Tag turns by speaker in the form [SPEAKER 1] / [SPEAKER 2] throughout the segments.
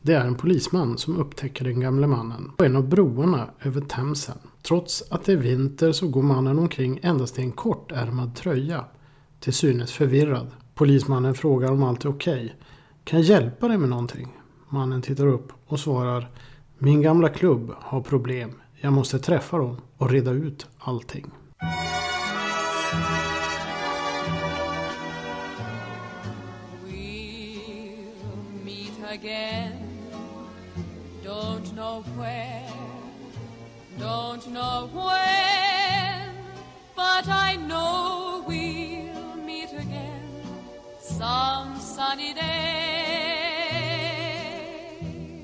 [SPEAKER 1] Det är en polisman som upptäcker den gamle mannen på en av broarna över Themsen. Trots att det är vinter så går mannen omkring endast i en kortärmad tröja, till synes förvirrad. Polismannen frågar om allt är okej. Kan jag hjälpa dig med någonting? Mannen tittar upp och svarar: min gamla klubb har problem. Jag måste träffa dem och reda ut allting.
[SPEAKER 2] We'll meet again. Don't know where, don't know when, but I know we'll meet again some sunny day.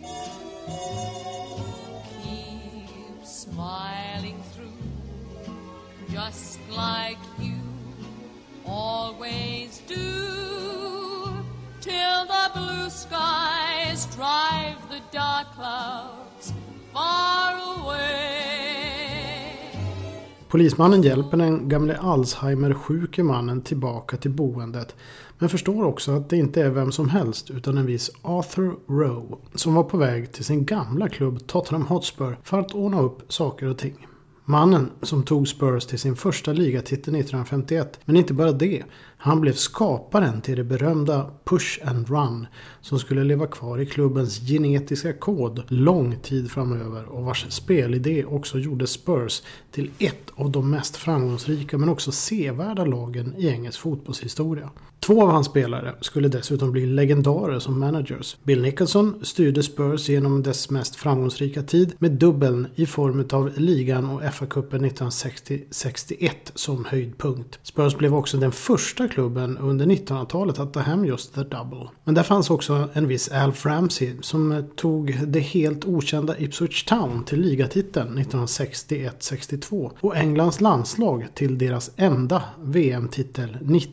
[SPEAKER 2] Keep smiling through, just like you always do, till the blue skies drive the dark clouds far away.
[SPEAKER 1] Polismannen hjälper den gamle Alzheimer-sjuke mannen tillbaka till boendet, men förstår också att det inte är vem som helst utan en viss Arthur Rowe som var på väg till sin gamla klubb Tottenham Hotspur för att ordna upp saker och ting. Mannen som tog Spurs till sin första ligatitel 1951, men inte bara det. Han blev skaparen till det berömda Push and Run som skulle leva kvar i klubbens genetiska kod lång tid framöver och vars spelidé också gjorde Spurs till ett av de mest framgångsrika men också sevärda lagen i engelsk fotbollshistoria. 2 av hans spelare skulle dessutom bli legendarer som managers. Bill Nicholson styrde Spurs genom dess mest framgångsrika tid med dubbeln i form av ligan och FA-cupen 1960-61 som höjdpunkt. Spurs blev också den första klubben under 1900-talet att ta hem just the double. Men där fanns också en viss Alf Ramsey som tog det helt okända Ipswich Town till ligatiteln 1961-62 och Englands landslag till deras enda VM-titel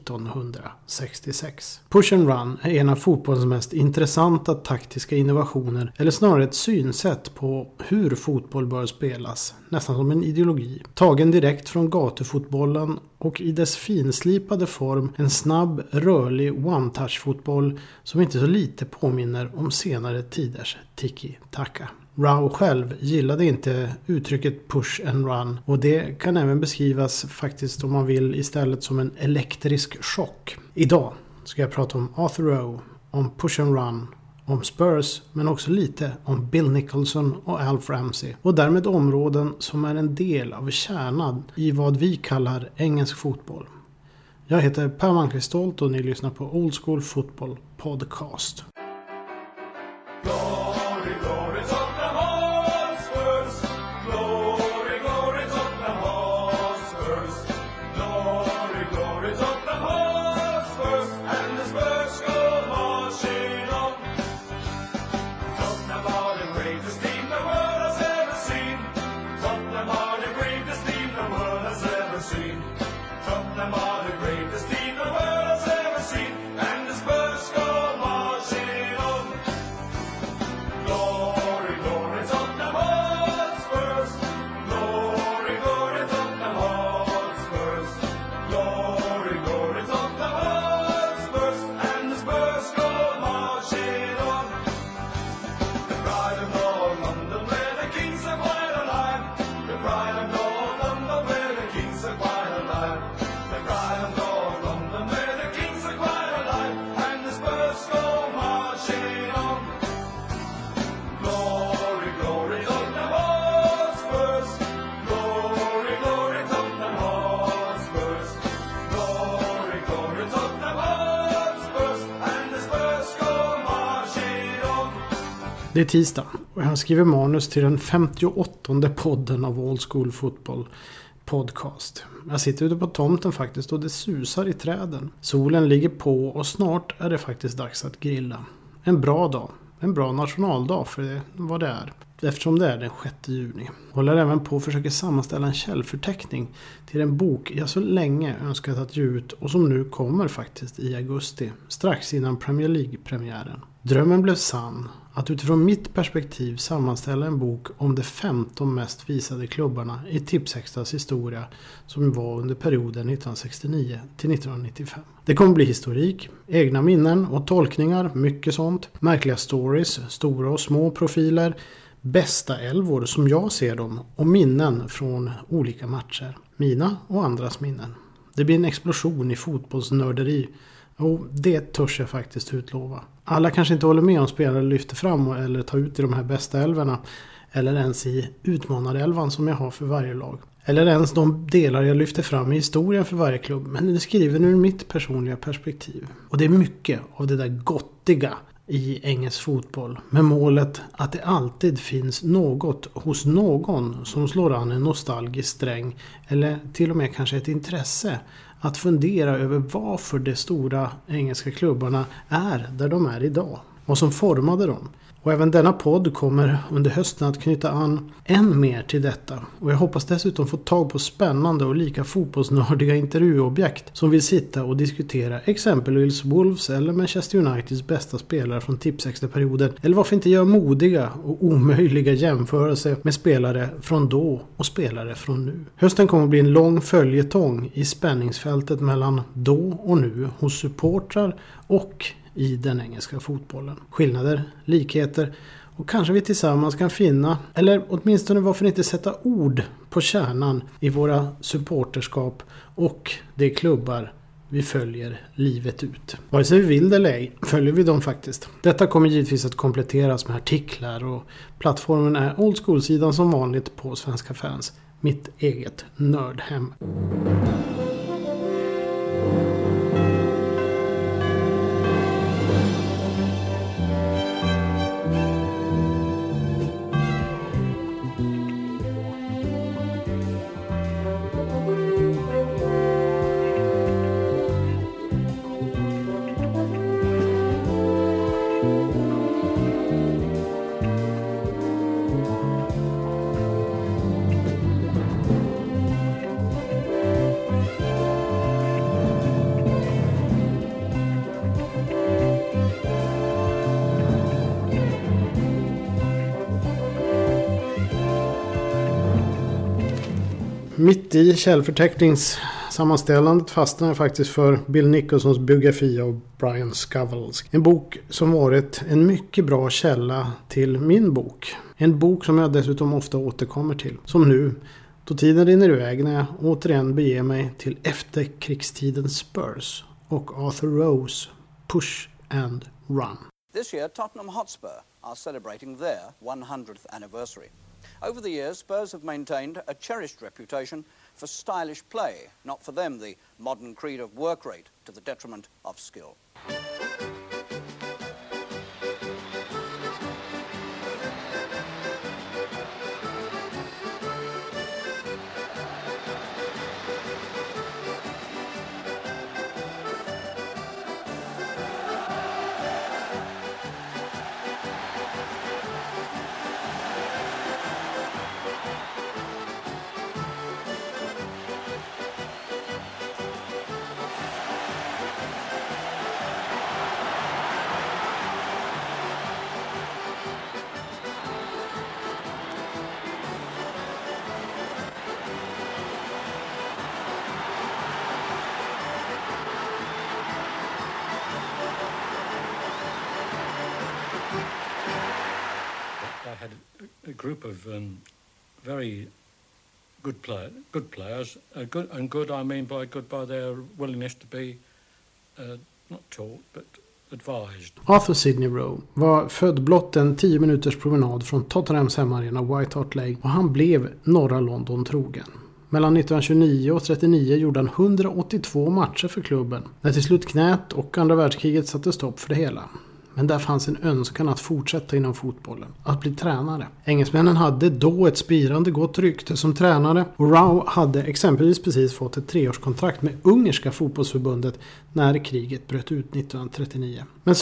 [SPEAKER 1] 1966. Push and Run är en av fotbollens mest intressanta taktiska innovationer, eller snarare ett synsätt på hur fotboll bör spelas, nästan som en ideologi. Tagen direkt från gatufotbollen och i dess finslipade form en snabb, rörlig one-touch-fotboll som inte så lite påminner om senare tiders tiki-taka. Rowe själv gillade inte uttrycket push and run och det kan även beskrivas faktiskt om man vill istället som en elektrisk chock. Idag ska jag prata om Arthur Rowe, om push and run, om Spurs men också lite om Bill Nicholson och Alf Ramsey och därmed områden som är en del av kärnan i vad vi kallar engelsk fotboll. Jag heter Per Malmqvist Stolt och ni lyssnar på Old School Football Podcast. Det är tisdag och jag skriver manus till den 58:e podden av Old School Football Podcast. Jag sitter ute på tomten faktiskt och det susar i träden. Solen ligger på och snart är det faktiskt dags att grilla. En bra dag. En bra nationaldag för det vad det är. Eftersom det är den 6 juni. Håller även på att försöka sammanställa en källförteckning till en bok jag så länge önskat att ge ut och som nu kommer faktiskt i augusti. Strax innan Premier League-premiären. Drömmen blev sann. att utifrån mitt perspektiv sammanställa en bok om de 15 mest visade klubbarna i Tipsextras historia som var under perioden 1969 till 1995. Det kommer bli historik, egna minnen och tolkningar, mycket sånt, märkliga stories, stora och små profiler, bästa elvor som jag ser dem och minnen från olika matcher. Mina och andras minnen. Det blir en explosion i fotbollsnörderi och det törs jag faktiskt utlova. Alla kanske inte håller med om spelare lyfter fram eller tar ut i de här bästa elverna eller ens i utmanarelvan som jag har för varje lag. Eller ens de delar jag lyfter fram i historien för varje klubb, men det skriver nu mitt personliga perspektiv. Och det är mycket av det där gottiga i engelsk fotboll med målet att det alltid finns något hos någon som slår an en nostalgisk sträng eller till och med kanske ett intresse att fundera över varför de stora engelska klubbarna är där de är idag. Vad som formade dem. Och även denna podd kommer under hösten att knyta an än mer till detta. Och jag hoppas dessutom få tag på spännande och lika fotbollsnördiga intervjuobjekt som vill sitta och diskutera exempelvis Wolves eller Manchester Uniteds bästa spelare från Tipsextra-perioden. Eller varför inte göra modiga och omöjliga jämförelser med spelare från då och spelare från nu. Hösten kommer att bli en lång följetong i spänningsfältet mellan då och nu hos supportrar och i den engelska fotbollen. Skillnader, likheter och kanske vi tillsammans kan finna, eller åtminstone varför inte sätta ord på kärnan i våra supporterskap och de klubbar vi följer livet ut. Vare sig vi vill det eller ej följer vi dem faktiskt. Detta kommer givetvis att kompletteras med artiklar och plattformen är Old School-sidan som vanligt på Svenska Fans. Mitt eget nördhem. Mitt i källförteckningssammanställandet fastnade jag faktiskt för Bill Nicholsons biografi av Brian Scovells. En bok som varit en mycket bra källa till min bok. En bok som jag dessutom ofta återkommer till. Som nu, då tiden rinner iväg när jag återigen beger mig till efterkrigstidens Spurs och Arthur Rowe's Push and Run.
[SPEAKER 3] This year, Tottenham Hotspur are celebrating their 100th anniversary. Over the years, Spurs have maintained a cherished reputation for stylish play, not for them the modern creed of work rate to the detriment of skill.
[SPEAKER 4] A group of very good players. Good, I mean by good by their willingness to be not taught but advised.
[SPEAKER 1] Arthur Sidney Rowe var född blott en 10 minuters promenad från Tottenhams hemmaarena White Hart Lane och han blev norra London trogen. Mellan 1929 och 1939 gjorde han 182 matcher för klubben när till slut knät och andra världskriget satte stopp för det hela. Men där fanns en önskan att fortsätta inom fotbollen, att bli tränare. Engelsmännen hade då ett spirande gott rykte som tränare och Rowe hade exempelvis precis fått ett 3-årskontrakt med ungerska fotbollsförbundet när kriget bröt ut 1939. Men så,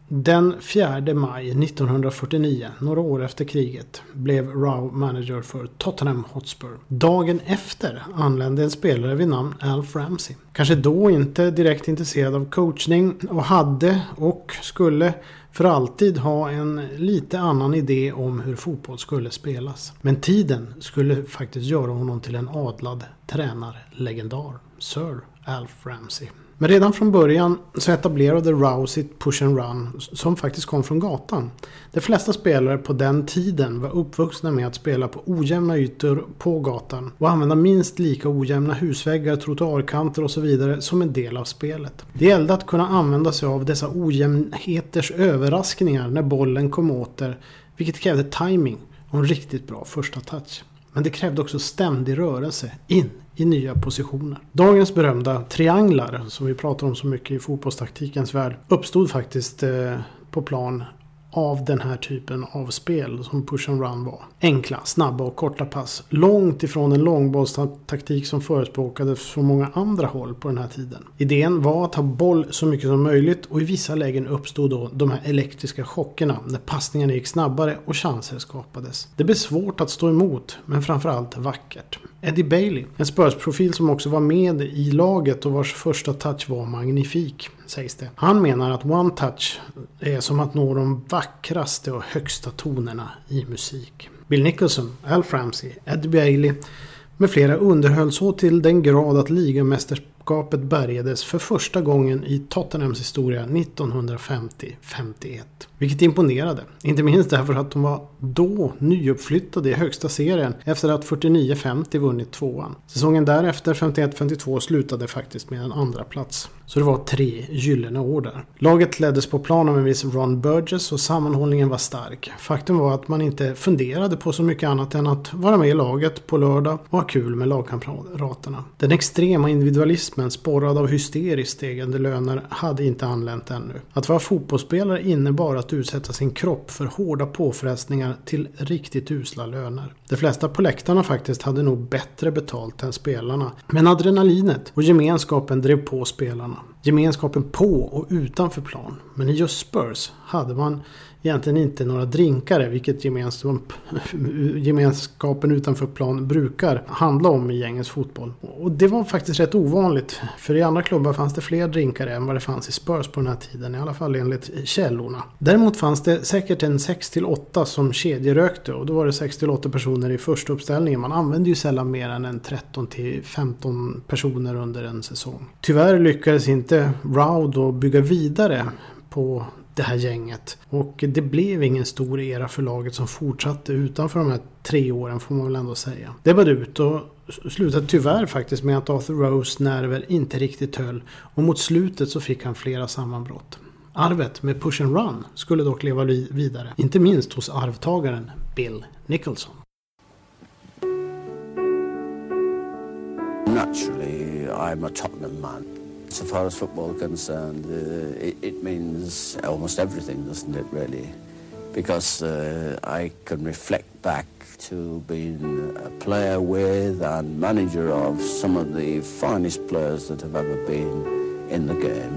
[SPEAKER 1] Den 4 maj 1949, några år efter kriget, blev Rowe manager för Tottenham Hotspur. Dagen efter anlände en spelare vid namn Alf Ramsey. Kanske då inte direkt intresserad av coachning och hade och skulle för alltid ha en lite annan idé om hur fotboll skulle spelas. Men tiden skulle faktiskt göra honom till en adlad tränarlegendar, Sir Alf Ramsey. Men redan från början så etablerade Rowe sitt push and run som faktiskt kom från gatan. De flesta spelare på den tiden var uppvuxna med att spela på ojämna ytor på gatan och använda minst lika ojämna husväggar, trottoarkanter och så vidare som en del av spelet. Det gällde att kunna använda sig av dessa ojämnheters överraskningar när bollen kom åter, vilket krävde timing och en riktigt bra första touch. Men det krävde också ständig rörelse in i nya positioner. Dagens berömda trianglar, som vi pratar om så mycket i fotbollstaktikens värld, uppstod faktiskt på plan av den här typen av spel som push and run var. Enkla, snabba och korta pass. Långt ifrån en långbollstaktik som förespråkades från många andra håll på den här tiden. Idén var att ha boll så mycket som möjligt och i vissa lägen uppstod då de här elektriska chockerna när passningarna gick snabbare och chanser skapades. Det blev svårt att stå emot, men framförallt vackert. Eddie Bailey, en Spurs-profil som också var med i laget och vars första touch var magnifik, sägs det. Han menar att one touch är som att nå de vackraste och högsta tonerna i musik. Bill Nicholson, Alf Ramsey, Eddie Bailey med flera underhöll så till den grad att ligamästerskapet bärgades för första gången i Tottenhams historia 1950-51. Vilket imponerade. Inte minst därför att de var då nyuppflyttade i högsta serien efter att 49-50 vunnit tvåan. Säsongen därefter 51-52 slutade faktiskt med en andra plats. Så det var 3 gyllene år där. Laget leddes på plan av en viss Ron Burgess och sammanhållningen var stark. Faktum var att man inte funderade på så mycket annat än att vara med i laget på lördag och ha kul med lagkamraterna. Den extrema individualismen sporrad av hysteriskt stegande löner hade inte anlänt ännu. Att vara fotbollsspelare innebar att utsätta sin kropp för hårda påfrestningar till riktigt usla löner. De flesta på läktarna faktiskt hade nog bättre betalt än spelarna. Men adrenalinet och gemenskapen drev på spelarna. Gemenskapen på och utanför plan. Men i just Spurs hade man egentligen inte några drinkare, vilket gemenskapen utanför plan brukar handla om i engelsk fotboll. Och det var faktiskt rätt ovanligt, för i andra klubbar fanns det fler drinkare än vad det fanns i Spurs på den här tiden, i alla fall enligt källorna. Däremot fanns det säkert en 6-8 som kedjerökte, och då var det 6-8 personer i första uppställningen. Man använde ju sällan mer än en 13-15 personer under en säsong. Tyvärr lyckades inte Rowe då bygga vidare på det här gänget. Och det blev ingen stor era för laget som fortsatte utanför de här 3 åren, får man väl ändå säga. Det var ut och slutade tyvärr faktiskt med att Arthur Rowes nerver inte riktigt höll. Och mot slutet så fick han flera sammanbrott. Arvet med push and run skulle dock leva vidare. Inte minst hos arvtagaren Bill Nicholson.
[SPEAKER 5] Naturally, I'm a Tottenham man. So far as football is concerned, it means almost everything, doesn't it, really? Because I can reflect back to being a player with and manager of some of the finest players that have ever been in the game.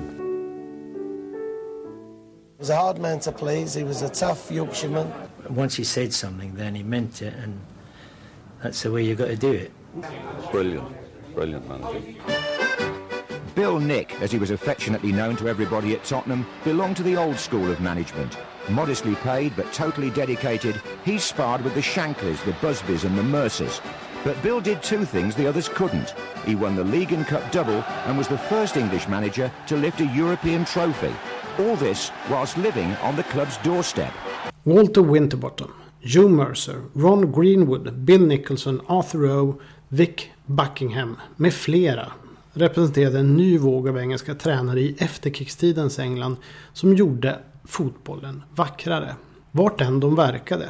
[SPEAKER 6] He was a hard man to please. He was a tough Yorkshireman.
[SPEAKER 7] Once he said something, then he meant it, and that's the way you got to do it.
[SPEAKER 5] Brilliant manager.
[SPEAKER 8] Bill Nick, as he was affectionately known to everybody at Tottenham, belonged to the old school of management. Modestly paid but totally dedicated, he sparred with the Shanklys, the Busbys and the Mercers. But Bill did 2 things the others couldn't. He won the League and Cup double and was the first English manager to lift a European trophy. All this whilst living on the club's doorstep.
[SPEAKER 1] Walter Winterbottom, Joe Mercer, Ron Greenwood, Bill Nicholson, Arthur Rowe, Vic Buckingham med flera representerade en ny våg av engelska tränare i efterkrigstidens England som gjorde fotbollen vackrare. Vart än de verkade.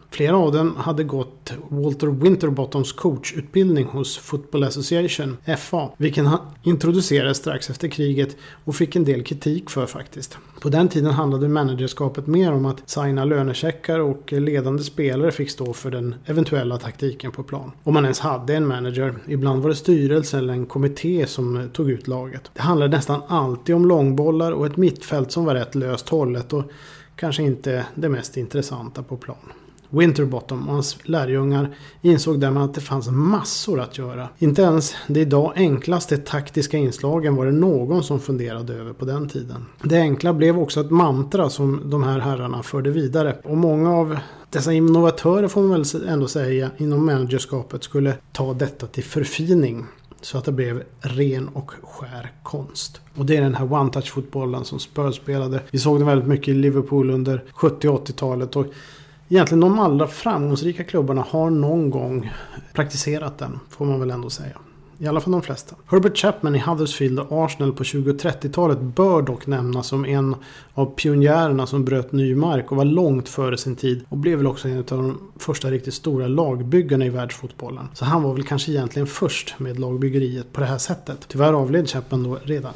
[SPEAKER 1] Flera av dem hade gått Walter Winterbottoms coachutbildning hos Football Association, FA, vilken han introducerades strax efter kriget och fick en del kritik för faktiskt. På den tiden handlade managerskapet mer om att signa lönecheckar och ledande spelare fick stå för den eventuella taktiken på plan. Om man ens hade en manager, ibland var det styrelse eller en kommitté som tog ut laget. Det handlade nästan alltid om långbollar och ett mittfält som var rätt löst hållet och kanske inte det mest intressanta på plan. Winterbottom och hans lärjungar insåg därmed att det fanns massor att göra. Inte ens det idag enklaste taktiska inslagen var det någon som funderade över på den tiden. Det enkla blev också ett mantra som de här herrarna förde vidare. Och många av dessa innovatörer får man väl ändå säga inom managerskapet skulle ta detta till förfining. Så att det blev ren och skär konst. Och det är den här one-touch-fotbollen som Spurs spelade. Vi såg det väldigt mycket i Liverpool under 70- och 80-talet och egentligen de allra framgångsrika klubbarna har någon gång praktiserat den, får man väl ändå säga. I alla fall de flesta. Herbert Chapman i Huddersfield och Arsenal på 20- och 30-talet bör dock nämnas som en av pionjärerna som bröt ny mark och var långt före sin tid och blev väl också en av de första riktigt stora lagbyggarna i världsfotbollen. Så han var väl kanske egentligen först med lagbyggeriet på det här sättet. Tyvärr avled Chapman då redan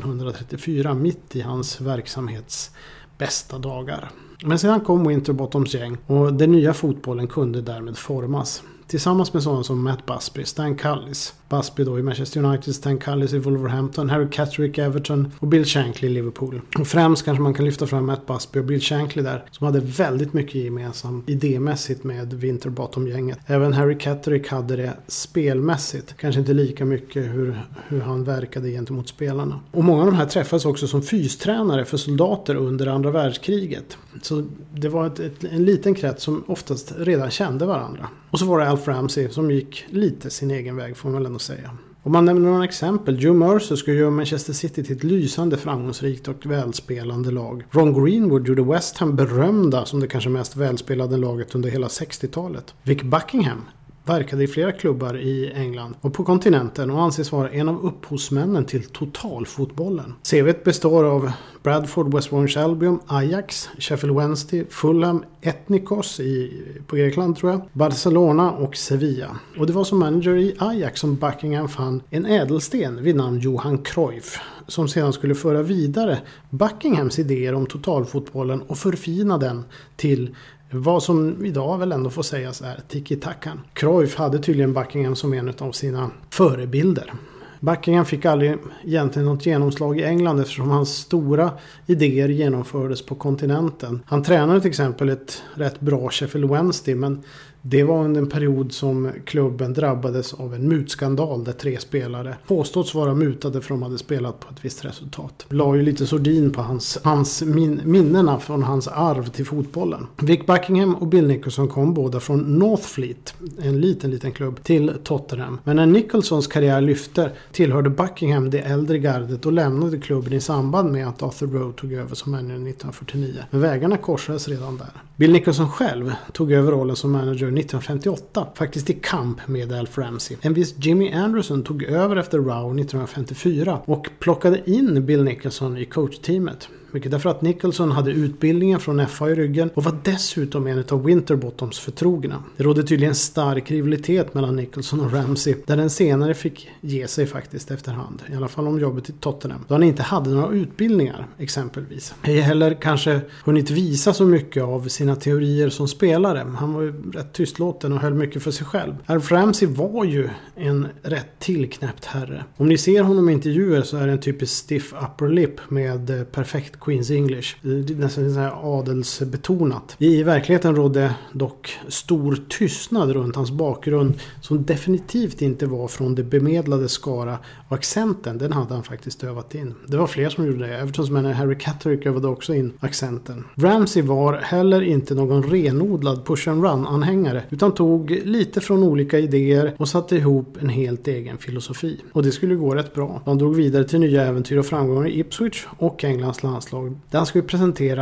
[SPEAKER 1] 1934 mitt i hans verksamhets bästa dagar. Men sedan kom Winterbottoms gäng och den nya fotbollen kunde därmed formas. Tillsammans med sådana som Matt Busby, Stan Cullis. Busby då i Manchester United, Stan Cullis i Wolverhampton, Harry Catterick Everton och Bill Shankly i Liverpool. Och främst kanske man kan lyfta fram Matt Busby och Bill Shankly där som hade väldigt mycket gemensamt idémässigt med Winterbottom-gänget. Även Harry Catterick hade det spelmässigt. Kanske inte lika mycket hur han verkade gentemot spelarna. Och många av de här träffades också som fystränare för soldater under andra världskriget. Så det var en liten krets som oftast redan kände varandra. Och så var det Alf Ramsey som gick lite sin egen väg får man väl ändå säga. Om man nämner några exempel, Joe Mercer skulle göra Manchester City till ett lysande, framgångsrikt och välspelande lag. Ron Greenwood gjorde West Ham berömda som det kanske mest välspelade laget under hela 60-talet. Vic Buckingham verkade i flera klubbar i England och på kontinenten och anses vara en av upphovsmännen till totalfotbollen. CV:t består av Bradford, West Bromwich Albion, Ajax, Sheffield Wednesday, Fulham, Ethnikos på Grekland tror jag, Barcelona och Sevilla. Och det var som manager i Ajax som Buckingham fann en ädelsten vid namn Johan Cruyff som sedan skulle föra vidare Buckinghams idéer om totalfotbollen och förfina den till vad som idag väl ändå får sägas är tiki-takan. Cruyff hade tydligen Buckingham som en av sina förebilder. Buckingham fick aldrig egentligen något genomslag i England eftersom hans stora idéer genomfördes på kontinenten. Han tränade till exempel ett rätt bra Sheffield Wednesday men det var under en period som klubben drabbades av en mutskandal där 3 spelare påstås vara mutade för att de hade spelat på ett visst resultat. La ju lite sordin på hans minnena från hans arv till fotbollen. Vic Buckingham och Bill Nicholson kom båda från Northfleet, en liten klubb, till Tottenham. Men när Nicholsons karriär lyfte tillhörde Buckingham det äldre gardet och lämnade klubben i samband med att Arthur Rowe tog över som manager 1949. Men vägarna korsades redan där. Bill Nicholson själv tog över rollen som manager 1958, faktiskt i kamp med Alf Ramsey. En viss Jimmy Anderson tog över efter Rowe 1954 och plockade in Bill Nicholson i coachteamet. Mycket därför att Nicholson hade utbildningen från FA i ryggen och var dessutom en av Winterbottoms förtrogna. Det rådde tydligen stark rivalitet mellan Nicholson och Ramsey där den senare fick ge sig faktiskt efterhand. I alla fall om jobbet i Tottenham. Då han inte hade några utbildningar exempelvis. Ej heller kanske hunnit visa så mycket av sina teorier som spelare. Han var ju rätt tystlåten och höll mycket för sig själv. Alf Ramsey var ju en rätt tillknäppt herre. Om ni ser honom i intervjuer så är det en typisk stiff upper lip med perfekt Queen's English. Det är nästan så här adelsbetonat. I verkligheten rådde dock stor tystnad runt hans bakgrund som definitivt inte var från det bemedlade skara och accenten, den hade han faktiskt övat in. Det var fler som gjorde det. Evertons manager Harry Catterick övade också in accenten. Ramsey var heller inte någon renodlad push and run anhängare utan tog lite från olika idéer och satte ihop en helt egen filosofi. Och det skulle gå rätt bra. Han drog vidare till nya äventyr och framgångar i Ipswich och Englands landslag. Där han skulle presentera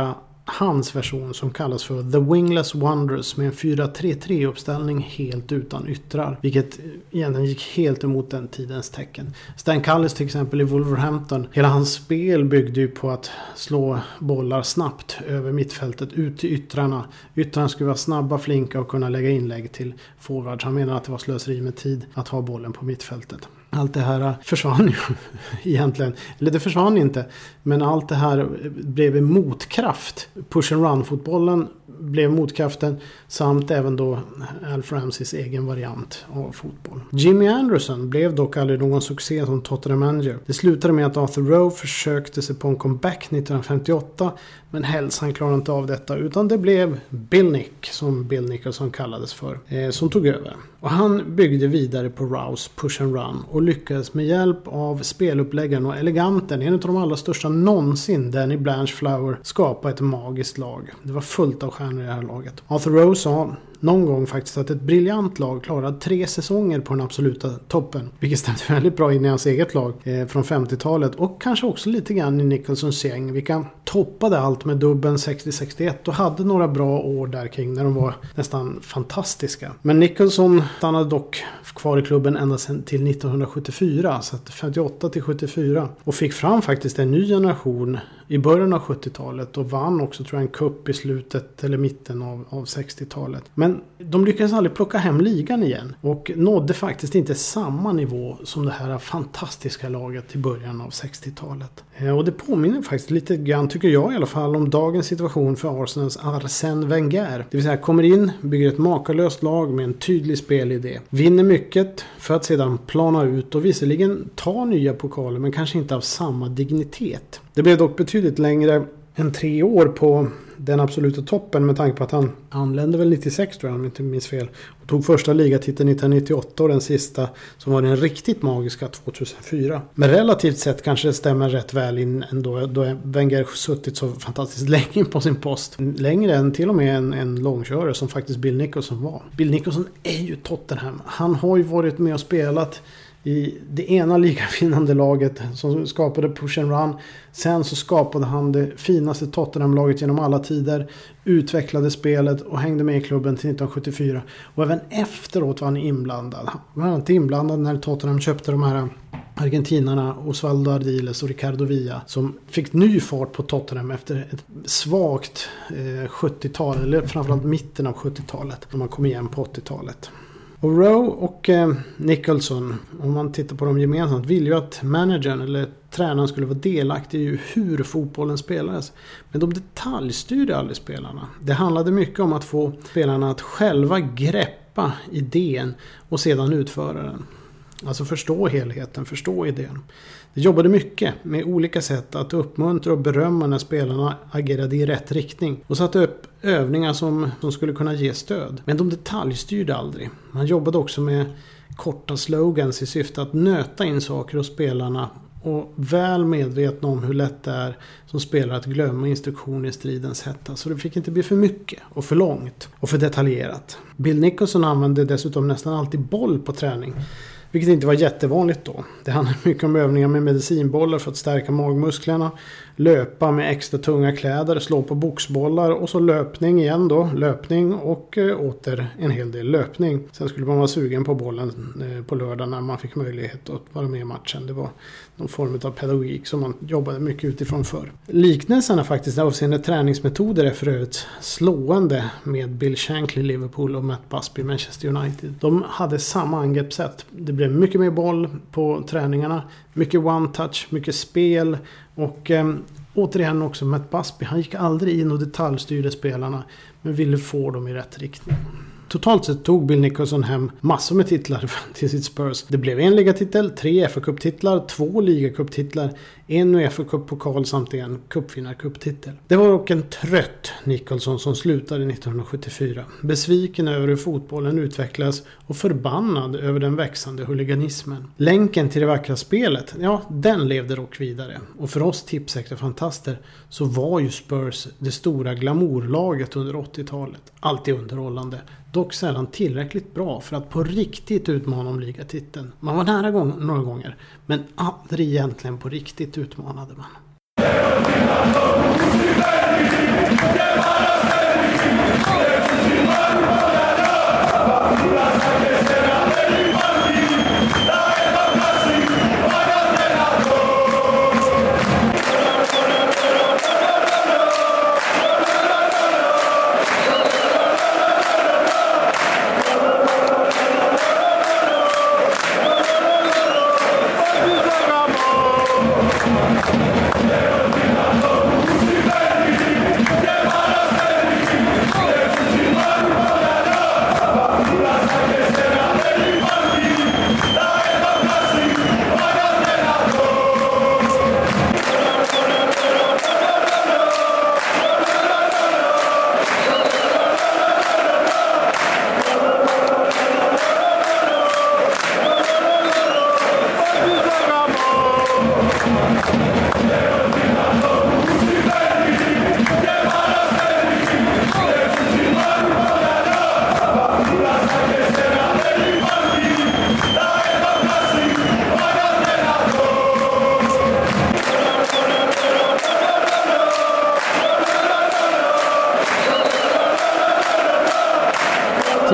[SPEAKER 1] hans version som kallas för The Wingless Wonders med en 4-3-3-uppställning helt utan yttrar. Vilket egentligen gick helt emot den tidens tecken. Stan Cullis till exempel i Wolverhampton, hela hans spel byggde ju på att slå bollar snabbt över mittfältet ut till yttrarna. Yttrarna skulle vara snabba, flinka och kunna lägga inlägg till forwards. Han menar att det var slöseri med tid att ha bollen på mittfältet. Allt det här försvann ju egentligen. Eller det försvann inte. Men allt det här blev en motkraft. Push and run-fotbollen blev motkraften. Samt även då Alf Ramseys egen variant av fotboll. Jimmy Anderson blev dock aldrig någon succé som Tottenham manager. Det slutade med att Arthur Rowe försökte sig på en comeback 1958. Men hälsan klarade inte av detta. Utan det blev Bill Nick, som Bill Nicholson kallades för, som tog över. Och han byggde vidare på Rowe's push and run. Och lyckades med hjälp av speluppläggaren och eleganten, en av de allra största någonsin, Danny Blanchflower, skapa ett magiskt lag. Det var fullt av stjärnor i det här laget. Arthur Rowe sa någon gång faktiskt att ett briljant lag klarade 3 säsonger på den absoluta toppen. Vilket stämde väldigt bra in i hans eget lag från 50-talet. Och kanske också lite grann i Nicholsons gäng. Vilka toppade allt med dubben 60-61 och hade några bra år där kring när de var nästan fantastiska. Men Nicholson stannade dock kvar i klubben ända sedan till 1974. Så att 58 till 74. Och fick fram faktiskt en ny generation i början av 70-talet. Och vann också tror jag en cup i slutet eller mitten av 60-talet. Men de lyckades aldrig plocka hem ligan igen. Och nådde faktiskt inte samma nivå som det här fantastiska laget i början av 60-talet. Och det påminner faktiskt lite grann, tycker jag i alla fall, om dagens situation för Arsenals Arsène Wenger. Det vill säga kommer in, bygger ett makalöst lag med en tydlig spelidé. Vinner mycket för att sedan plana ut och visserligen ta nya pokaler men kanske inte av samma dignitet. Det blev dock betydligt längre än 3 år på den absoluta toppen med tanke på att han anlände väl 96 tror jag, om jag inte minns fel. Och tog första ligatiteln 1998 och den sista som var den riktigt magiska 2004. Men relativt sett kanske det stämmer rätt väl in ändå då Wenger suttit så fantastiskt länge på sin post. Längre än till och med en långkörare som faktiskt Bill Nicholson var. Bill Nicholson är ju Tottenham. Han har ju varit med och spelat i det ena ligavinnande laget som skapade push and run. Sen så skapade han det finaste Tottenham-laget genom alla tider. Utvecklade spelet och hängde med i klubben till 1974. Och även efteråt var han inblandad. Han var inte inblandad när Tottenham köpte de här argentinarna Osvaldo Ardiles och Ricardo Villa. Som fick ny fart på Tottenham efter ett svagt 70-tal. Eller framförallt mitten av 70-talet. När man kom igen på 80-talet. Och Rowe och Nicholson, om man tittar på dem gemensamt, vill ju att managern eller tränaren skulle vara delaktig i hur fotbollen spelades. Men de detaljstyrde aldrig spelarna. Det handlade mycket om att få spelarna att själva greppa idén och sedan utföra den. Alltså förstå helheten, förstå idén. Det jobbade mycket med olika sätt att uppmuntra och berömma när spelarna agerade i rätt riktning. Och satte upp övningar som skulle kunna ge stöd. Men de detaljstyrde aldrig. Man jobbade också med korta slogans i syfte att nöta in saker hos spelarna. Och väl medvetna om hur lätt det är som spelare att glömma instruktioner i stridens hetta. Så det fick inte bli för mycket och för långt och för detaljerat. Bill Nicholson använde dessutom nästan alltid boll på träning. Vilket inte var jättevanligt då. Det handlar mycket om övningar med medicinbollar för att stärka magmusklerna. Löpa med extra tunga kläder, slå på boxbollar och så löpning igen då. Löpning och åter en hel del löpning. Sen skulle man vara sugen på bollen på lördag när man fick möjlighet att vara med i matchen. Det var någon form av pedagogik som man jobbade mycket utifrån för. Liknelserna faktiskt avseende träningsmetoder är för övrigt slående med Bill Shankly Liverpool och Matt Busby Manchester United. De hade samma angreppssätt. Det blev mycket mer boll på träningarna, mycket one-touch, mycket spel och återigen också Matt Busby. Han gick aldrig in och detaljstyrde spelarna men ville få dem i rätt riktning. Totalt sett tog Bill Nicholson hem massor med titlar till sitt Spurs. Det blev en ligatitel, 3 FA-cuptitlar, 2 ligacuptitlar, en UEFA-cuppokal samt en cupvinnarcuptitel. Det var dock en trött Nicholson som slutade 1974. Besviken över hur fotbollen utvecklas och förbannad över den växande huliganismen. Länken till det vackra spelet, ja, den levde dock vidare. Och för oss tipsäkta fantaster så var ju Spurs det stora glamourlaget under 80-talet. Alltid underhållande. Dock sällan tillräckligt bra för att på riktigt utmana om ligatiteln. Man var nära några gånger, men aldrig egentligen på riktigt utmanade man.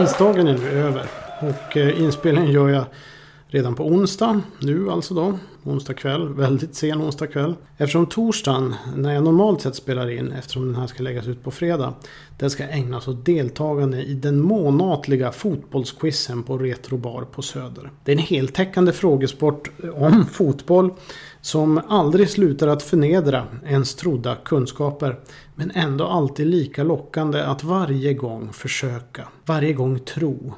[SPEAKER 1] Tisdagen är nu över och inspelningen gör jag redan på onsdag, nu alltså då, onsdag kväll, väldigt sen onsdag kväll. Eftersom torsdagen, när jag normalt sett spelar in, eftersom den här ska läggas ut på fredag, den ska ägnas åt deltagande i den månatliga fotbollsquizen på Retrobar på Söder. Det är en heltäckande frågesport om fotboll som aldrig slutar att förnedra ens trodda kunskaper, men ändå alltid lika lockande att varje gång försöka, varje gång tro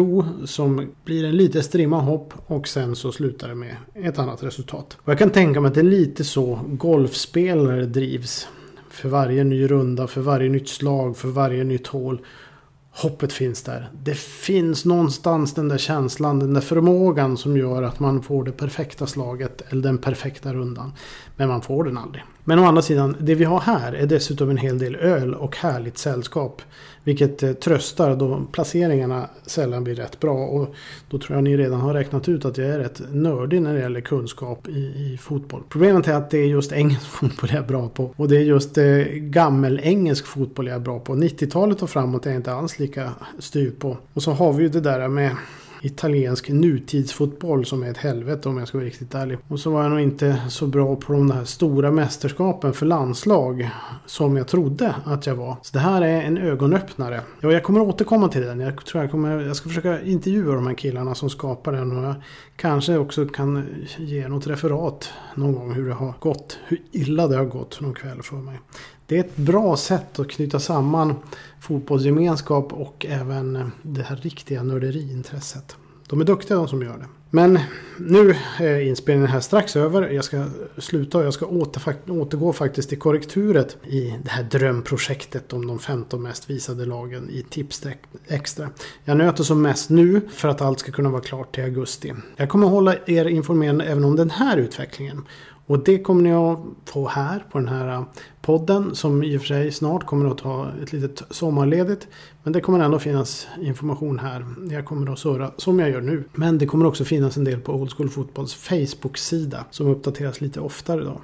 [SPEAKER 1] som blir en lite strimma hopp och sen så slutar det med ett annat resultat. Och jag kan tänka mig att det är lite så golfspelare drivs. För varje ny runda, för varje nytt slag, för varje nytt hål. Hoppet finns där. Det finns någonstans den där känslan, den där förmågan som gör att man får det perfekta slaget eller den perfekta rundan. Men man får den aldrig. Men å andra sidan, det vi har här är dessutom en hel del öl och härligt sällskap. Vilket tröstar då placeringarna sällan blir rätt bra. Och då tror jag ni redan har räknat ut att jag är rätt nördig när det gäller kunskap i fotboll. Problemet är att det är just engelsk fotboll jag är bra på. Och det är just gammelengelsk fotboll jag är bra på. 90-talet och framåt är jag inte alls lika styr på. Och så har vi ju det där med italiensk nutidsfotboll som är ett helvete om jag ska vara riktigt ärlig. Och så var jag nog inte så bra på de här stora mästerskapen för landslag som jag trodde att jag var. Så det här är en ögonöppnare. Ja, jag kommer återkomma till den. Jag tror jag ska försöka intervjua de här killarna som skapar den och jag kanske också kan ge något referat någon gång hur det har gått. Hur illa det har gått någon kväll för mig. Det är ett bra sätt att knyta samman fotbollsgemenskap och även det här riktiga nörderiintresset. De är duktiga de som gör det. Men nu är inspelningen här strax över. Jag ska sluta och jag ska återgå faktiskt till korrekturet i det här drömprojektet om de 15 mest visade lagen i Tips Extra. Jag nöter som mest nu för att allt ska kunna vara klart till augusti. Jag kommer hålla er informerade även om den här utvecklingen. Och det kommer ni att få här på den här podden som i och för sig snart kommer att ta ett litet sommarledigt. Men det kommer ändå finnas information här. Jag kommer att surra som jag gör nu. Men det kommer också finnas en del på Old School Fotbolls Facebook-sida som uppdateras lite oftare då.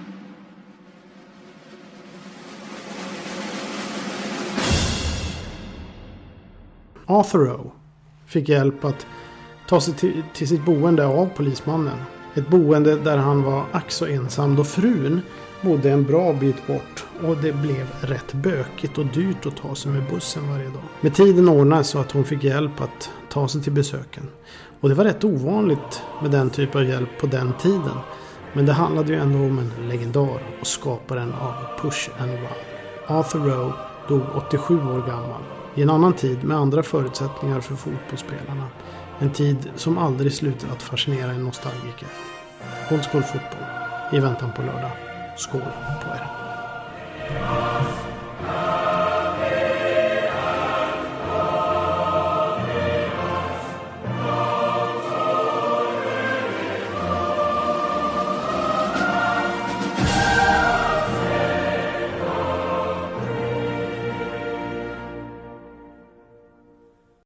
[SPEAKER 1] Arthur Rowe fick hjälp att ta sig till sitt boende av polismannen. Ett boende där han var ack så ensam då frun bodde en bra bit bort och det blev rätt bökigt och dyrt att ta sig med bussen varje dag. Med tiden ordnades så att hon fick hjälp att ta sig till besöken. Och det var rätt ovanligt med den typ av hjälp på den tiden. Men det handlade ju ändå om en legendar och skaparen av Push and Run. Arthur Rowe dog 87 år gammal i en annan tid med andra förutsättningar för fotbollsspelarna. En tid som aldrig slutar att fascinera en nostalgiker. Old School Fotboll. I väntan på lördag. Skål på er.